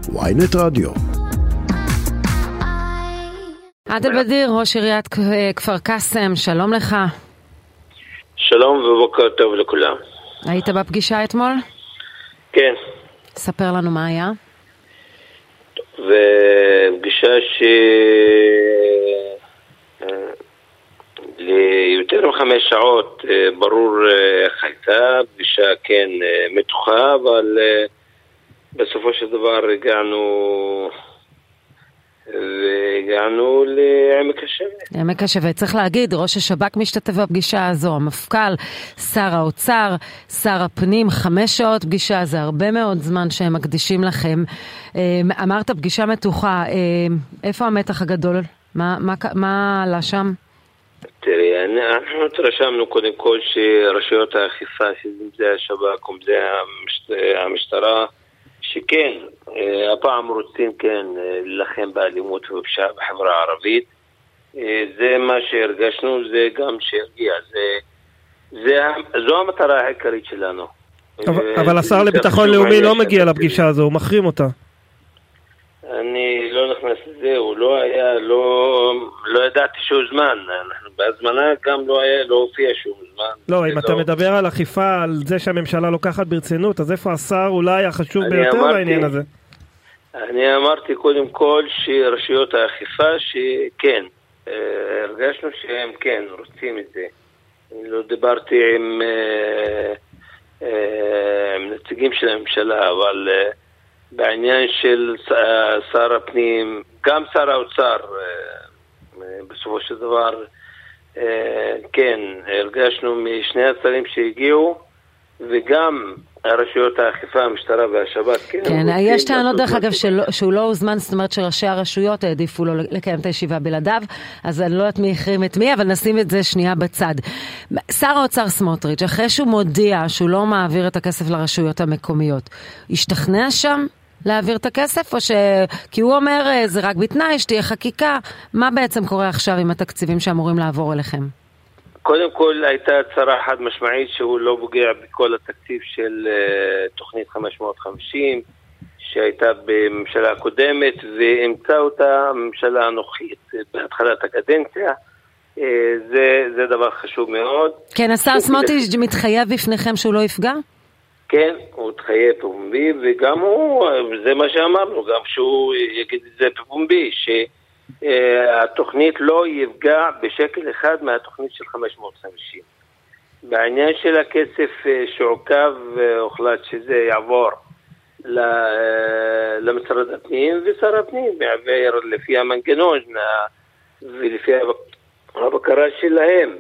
ynet רדיו. עדל בדיר, ראש עיריית כפר קאסם, שלום לך. שלום ובוקר טוב לכולם. היית בפגישה אתמול? כן. ספר לנו מה היה. ופגישה ליותר מ5 שעות, ברור איך הייתה, פגישה כן מתוחה, אבל בסופו של דבר הגענו לעמק השווה. עמק השווה, צריך להגיד, ראש השב"כ משתתף בפגישה הזו, המפכ"ל, שר האוצר, שר הפנים, 5 שעות פגישה, זה הרבה מאוד זמן שהם מקדישים לכם. אמרת פגישה מתוחה, איפה המתח הגדול? מה עלה שם? תראי, אנחנו התרשמנו קודם כל שרשויות האכיפה, שזה השב"כ וזה המשטרה, שכן, הפעם רוצים כן להילחם באלימות ובפשיעה בחברה הערבית. זה מה שהרגשנו, זה גם שהרגיע, זו המטרה העיקרית שלנו. אבל השר לביטחון לאומי לא מגיע לפגישה הזו, הוא מחרים אותה. אני לא נכנס לזה, הוא לא היה, לא ידעתי שהוא זמן, אנחנו בהזמנה גם לא הופיע שהוא זמן. לא, אם אתה מדבר על אכיפה, על זה שהממשלה לוקחת ברצינות, אז איפה השר אולי החשוב ביותר לעניין הזה? אני אמרתי קודם כל שרשויות האכיפה שכן, הרגשנו שהם כן רוצים את זה. אני לא דיברתי עם נציגים של הממשלה, אבל בעניין של שר הפנים, גם שר האוצר, בסופו של דבר, כן, הרגשנו משני השרים שהגיעו, וגם הרשויות האכיפה, המשטרה והשב"כ. כן, יש טענות דרך אגב שהוא לא הוזמן, זאת אומרת שראשי הרשויות העדיפו לו לקיים את הישיבה בלעדיו, אז אני לא יודעת מי החרים את מי, אבל נשים את זה שנייה בצד. שר האוצר סמוטריץ', אחרי שהוא מודיע שהוא לא מעביר את הכסף לרשויות המקומיות, השתכנע שם להעביר את הכסף, או כי הוא אומר זה רק בתנאי שתהיה חקיקה? מה בעצם קורה עכשיו עם התקציבים שאמורים לעבור אליכם? קודם כל הייתה הצהרה חד משמעית שהוא לא פוגע בכל התקציב של תוכנית 550 שהייתה בממשלה הקודמת, ואמצא אותה הממשלה הנוכחית בהתחלת הקדנציה. זה דבר חשוב מאוד. כן, השר סמוטריץ' מתחייב בפניכם שהוא לא יפגע? כן, הוא התחייב פומבי, וגם הוא, זה מה שאמרנו, גם שהוא יגיד את זה פומבי, שהתוכנית לא יפגע בשקל אחד מהתוכנית של 550. בעניין של הכסף שעוקב, הוחלט שזה יעבור למשרד הפנים, ושר הפנים יעביר לפי המנגנון ולפי הבקרה שלהם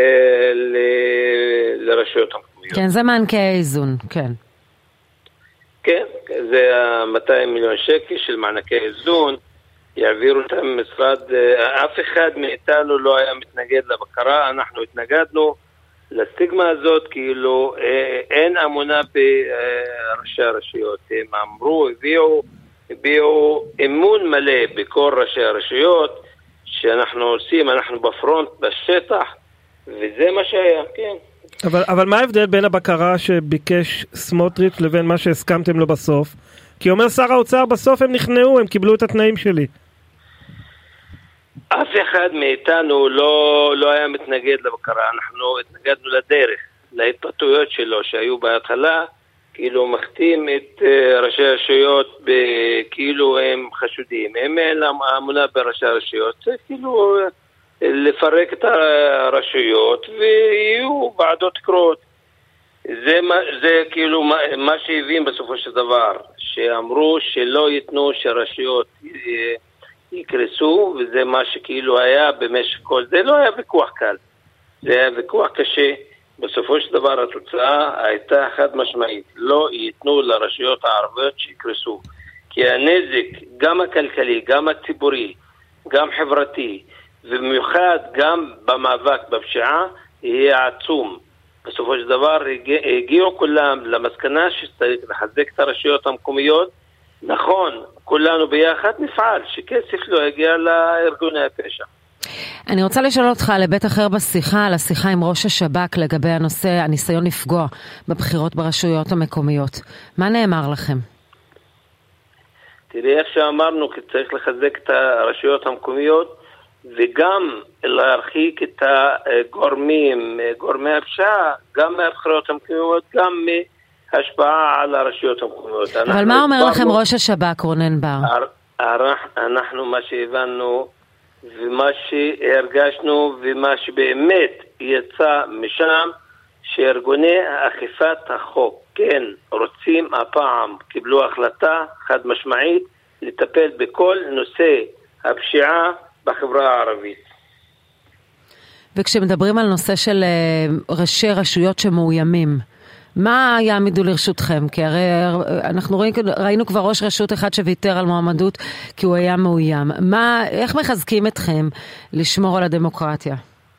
לרשויות המקומיות. כן, זה מענקי האיזון, כן. כן, זה 200 מיליון שקל של מענקי איזון, יעבירו אותם משרד, אף אחד מאיתנו לא היה מתנגד לבקרה, אנחנו התנגדנו לסטיגמה הזאת, כאילו אין אמונה בראשי הרשויות, הם אמרו, הביאו אמון מלא בכל ראשי הרשויות, שאנחנו עושים, אנחנו בפרונט, בשטח, וזה מה שהיה, כן. אבל מה ההבדל בין הבקרה שביקש סמוטריץ' לבין מה שהסכמתם לו בסוף? כי אומר שר האוצר, בסוף הם נכנעו, הם קיבלו את התנאים שלי. אף אחד מאיתנו לא היה מתנגד לבקרה, אנחנו התנגדנו לדרך, להתפתחויות שלו שהיו בהתחלה, כאילו מחתים את ראשי הרשויות כאילו הם חשודים, הם אין להם אמונה בראשי הרשויות, זה כאילו לפרק את הרשויות ויהיו ועדות קרואות. זה כאילו מה שהבין בסופו של דבר, שאמרו שלא ייתנו שהרשויות יקרסו, וזה מה שכאילו היה במשך כל זה. לא היה ויכוח קל, זה היה ויכוח קשה. בסופו של דבר התוצאה הייתה חד משמעית, לא ייתנו לרשויות הערביות שיקרסו, כי הנזק גם הכלכלי, גם הציבורי, גם חברתי, ובמיוחד גם במאבק בפשיעה, יהיה עצום. בסופו של דבר הגיעו כולם למסקנה שצריך לחזק את הרשויות המקומיות. נכון, כולנו ביחד נפעל שכסף לא יגיע לארגוני הפשע. אני רוצה לשאול אותך על היבט אחר בשיחה, על השיחה עם ראש השב"כ לגבי הנושא, הניסיון לפגוע בבחירות ברשויות המקומיות. מה נאמר לכם? תראה איך שאמרנו, כי צריך לחזק את הרשויות המקומיות, וגם להרחיק את גורמי הפשיעה, גם מהבחירות המקומיות, גם מהשפעה על הרשויות המקומיות. אבל מה אומר לכם ראש השב"כ, רונן בר? אנחנו מה שהבנו, ומה שהרגשנו, ומה שבאמת יצא משם, שארגוני אכיפת החוק, כן, רוצים הפעם, קיבלו החלטה חד משמעית, לטפל בכל נושא הפשיעה בחברה הערבית. וכשמדברים על נושא של ראשי רשויות שמאוימים, מה יעמידו לרשותכם? כי הרי אנחנו ראינו כבר ראש רשות אחד שוויתר על מועמדות כי הוא היה מאוים. איך מחזקים אתכם לשמור על הדמוקרטיה?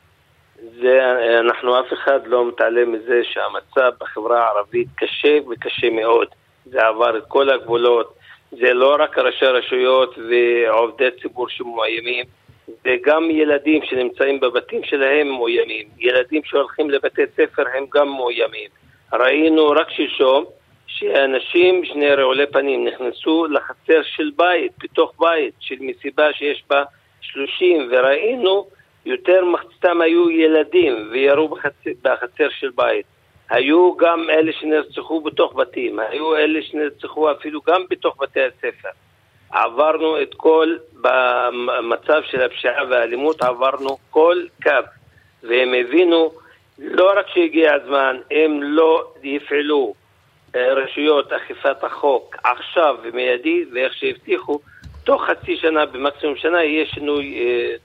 אנחנו אף אחד לא מתעלם מזה שהמצב בחברה הערבית קשה וקשה מאוד. זה עבר את כל הגבולות. זה לא רק ראשי רשויות ועובדי ציבור שמאוימים, זה גם ילדים שנמצאים בבתים שלהם מאוימים. ילדים שהולכים לבתי ספר הם גם מאוימים. ראינו רק שלשום שאנשים שני רעולי פנים נכנסו לחצר של בית, בתוך בית של מסיבה שיש בה 30, וראינו יותר מחציתם היו ילדים וירו בחצר של בית. היו גם אלה שנרצחו בתוך בתים, היו אלה שנרצחו אפילו גם בתוך בתי הספר. עברנו את כל, במצב של הפשיעה והאלימות עברנו כל קו, והם הבינו לא רק שהגיע הזמן, הם לא יפעלו רשויות אכיפת החוק עכשיו ומיידי, ואיך שהבטיחו, תוך חצי שנה, במקסימום שנה, יהיה שינוי.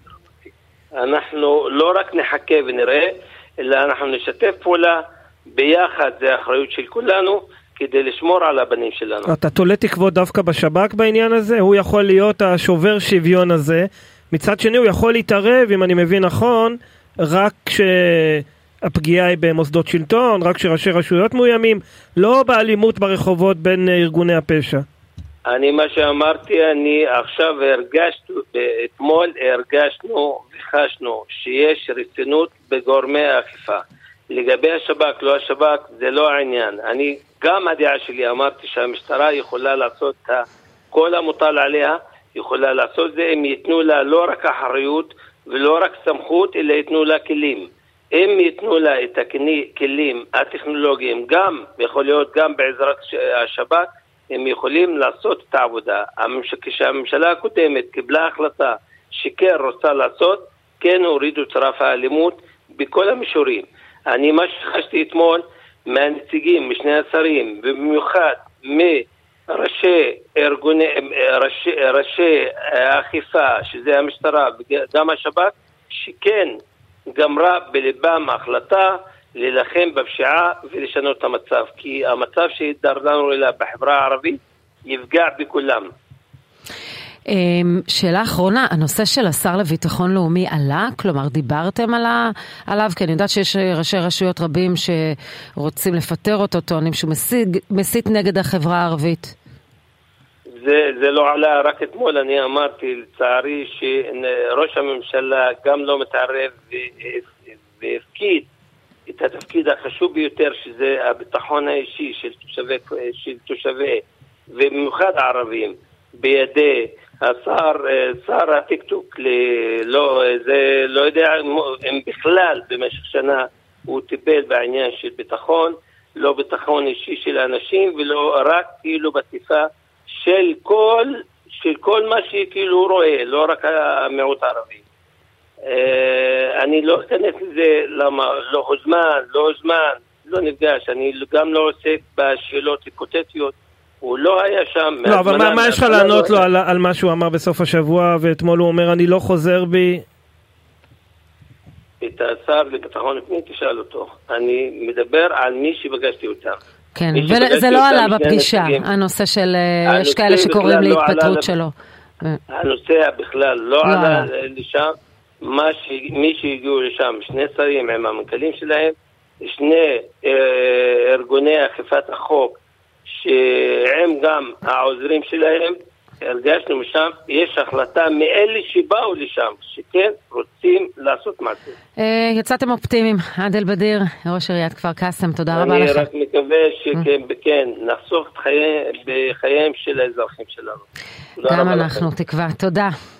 אנחנו לא רק נחכה ונראה, אלא אנחנו נשתף פעולה ביחד, זה האחריות של כולנו, כדי לשמור על הבנים שלנו. אתה תולה תקוות דווקא בשב"כ בעניין הזה? הוא יכול להיות השובר שוויון הזה. מצד שני הוא יכול להתערב, אם אני מבין נכון, רק כשהפגיעה היא במוסדות שלטון, רק כשראשי רשויות מאוימים, לא באלימות ברחובות בין ארגוני הפשע. מה שאמרתי, אני עכשיו אתמול הרגשנו וחשנו שיש רצינות בגורמי האכיפה. לגבי השב"כ, לא השב"כ, זה לא העניין. גם הדעה שלי אמרתי שהמשטרה יכולה לעשות כל המוטל עליה, יכולה לעשות זה אם ייתנו לה לא רק אחריות ולא רק סמכות, אלא ייתנו לה כלים. אם ייתנו לה את הכלים הטכנולוגיים, גם, יכול להיות גם בעזרת השב"כ, הם יכולים לעשות את העבודה. כשהממשלה הקודמת קיבלה החלטה שכן רוצה לעשות, כן הורידו את רף האלימות בכל המישורים. מה שחשתי אתמול מהנציגים, משני השרים, ובמיוחד מראשי ראשי האכיפה, שזה המשטרה וגם השב"כ, שכן גמרה בליבם ההחלטה להילחם בפשיעה ולשנות את המצב, כי המצב שהתדרדרנו אליו בחברה הערבית יפגע בכולם. שאלה אחרונה, הנושא של השר לביטחון לאומי עלה? כלומר, דיברתם עליו? כי אני יודעת שיש ראשי רשויות רבים שרוצים לפטר אותו, טוענים שהוא מסית נגד החברה הערבית. זה לא עלה, רק אתמול אני אמרתי לצערי שראש הממשלה גם לא מתערב והפקיד את התפקיד החשוב ביותר, שזה הביטחון האישי של תושבי ובמיוחד הערבים, בידי שר הטיקטוק. לא יודע אם בכלל במשך שנה הוא טיפל בעניין של ביטחון, לא ביטחון אישי של האנשים, ולא רק כאילו בתקיפה של כל מה שכאילו הוא רואה, לא רק המיעוט הערבי. אני לא אכנס לזה, למה לא הוזמן, לא נפגש, אני גם לא עוסק בשאלות היפותטיות, הוא לא היה שם. לא, אבל מה יש לך לענות לו על מה שהוא אמר בסוף השבוע, ואתמול הוא אומר אני לא חוזר בי? את השר לביטחון פנים תשאל אותו, אני מדבר על מי שפגשתי אותם. כן, וזה לא עלה בפגישה, הנושא של יש כאלה שקוראים להתפטרות שלו. הנושא בכלל לא עלה לשם. מי שהגיעו לשם, שני שרים עם המנכ"לים שלהם, שני ארגוני אכיפת החוק שעם גם העוזרים שלהם, הרגשנו משם, יש החלטה מאלה שבאו לשם, שכן רוצים לעשות מעשה. יצאתם אופטימיים. עאדל בדיר, ראש עיריית כפר קאסם, תודה רבה לך. אני רק מקווה שכן, נחסוך בחייהם של האזרחים שלנו. גם אנחנו, תקווה. תודה.